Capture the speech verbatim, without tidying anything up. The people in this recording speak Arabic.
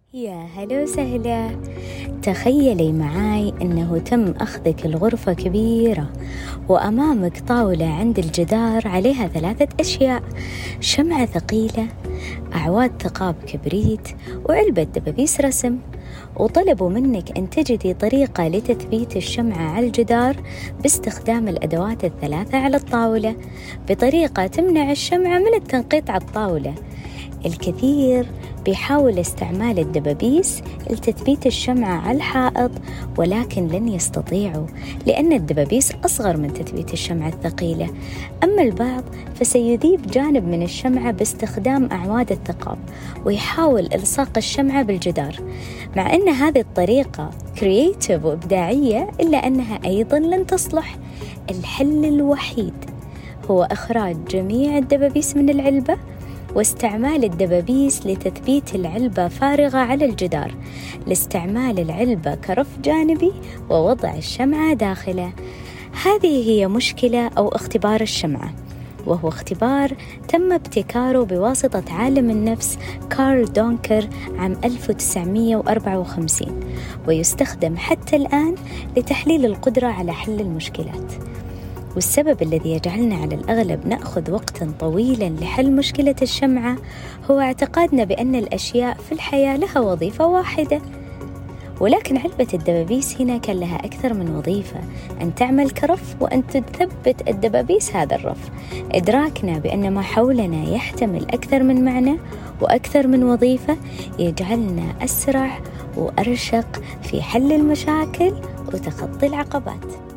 يا هلا وسهلا. تخيلي معاي أنه تم أخذك الغرفة كبيرة وأمامك طاولة عند الجدار عليها ثلاثة أشياء: شمعة ثقيلة، أعواد ثقاب كبريت، وعلبة دبابيس رسم. وطلبوا منك أن تجدي طريقة لتثبيت الشمعة على الجدار باستخدام الأدوات الثلاثة على الطاولة بطريقة تمنع الشمعة من التنقيط على الطاولة. الكثير بيحاول استعمال الدبابيس لتثبيت الشمعة على الحائط، ولكن لن يستطيعوا لأن الدبابيس أصغر من تثبيت الشمعة الثقيلة. أما البعض فسيذيب جانب من الشمعة باستخدام أعواد الثقاب ويحاول إلصاق الشمعة بالجدار. مع أن هذه الطريقة كرياتيف وإبداعية، إلا أنها أيضا لن تصلح. الحل الوحيد هو إخراج جميع الدبابيس من العلبة واستعمال الدبابيس لتثبيت العلبة فارغة على الجدار، لاستعمال العلبة كرف جانبي ووضع الشمعة داخله. هذه هي مشكلة أو اختبار الشمعة، وهو اختبار تم ابتكاره بواسطة عالم النفس كارل دونكر عام ألف وتسعمائة وأربعة وخمسين، ويستخدم حتى الآن لتحليل القدرة على حل المشكلات. والسبب الذي يجعلنا على الأغلب نأخذ وقتاً طويلاً لحل مشكلة الشمعة هو اعتقادنا بأن الأشياء في الحياة لها وظيفة واحدة. ولكن علبة الدبابيس هنا كان لها أكثر من وظيفة: أن تعمل كرف وأن تثبت الدبابيس هذا الرف. إدراكنا بأن ما حولنا يحتمل أكثر من معنى وأكثر من وظيفة يجعلنا أسرع وأرشق في حل المشاكل وتخطي العقبات.